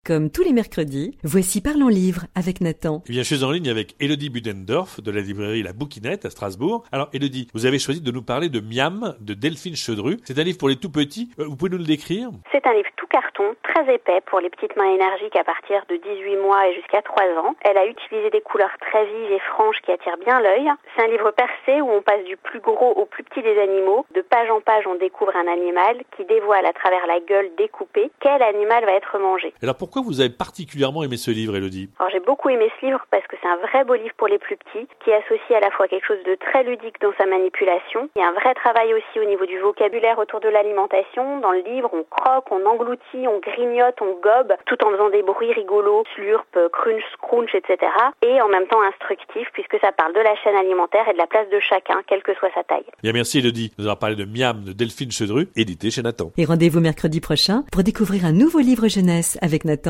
comme tous les mercredis, voici Parlons Livre avec Nathan. Eh bien, je suis en ligne avec Élodie Budendorf de la librairie La Bouquinette à Strasbourg. Alors, Élodie, vous avez choisi de nous parler de Miam de Delphine Chaudru. C'est un livre pour les tout petits. Vous pouvez nous le décrire ? C'est un livre tout carton, très épais pour les petites mains énergiques à partir de 18 mois et jusqu'à 3 ans. Elle a utilisé des couleurs très vives et franches qui attirent bien l'œil. C'est un livre percé où on passe du plus gros au plus petit des animaux. De page en page, on découvre un animal qui dévoile à travers la gueule découpée quel animal va être mangé. Alors, pourquoi vous avez particulièrement aimé ce livre, Élodie ? Alors, j'ai beaucoup aimé ce livre parce que c'est un vrai beau livre pour les plus petits qui associe à la fois quelque chose de très ludique dans sa manipulation. Il y a un vrai travail aussi au niveau du vocabulaire autour de l'alimentation. Dans le livre, on croque, on engloutit, on grignote, on gobe, tout en faisant des bruits rigolos, slurp, crunch, scrunch, etc. Et en même temps instructif puisque ça parle de la chaîne alimentaire et de la place de chacun, quelle que soit sa taille. Bien, merci Élodie de nous avoir parlé de Miam de Delphine Chaudru, édité chez Nathan. Et rendez-vous mercredi prochain pour découvrir un nouveau livre jeunesse avec Nathan.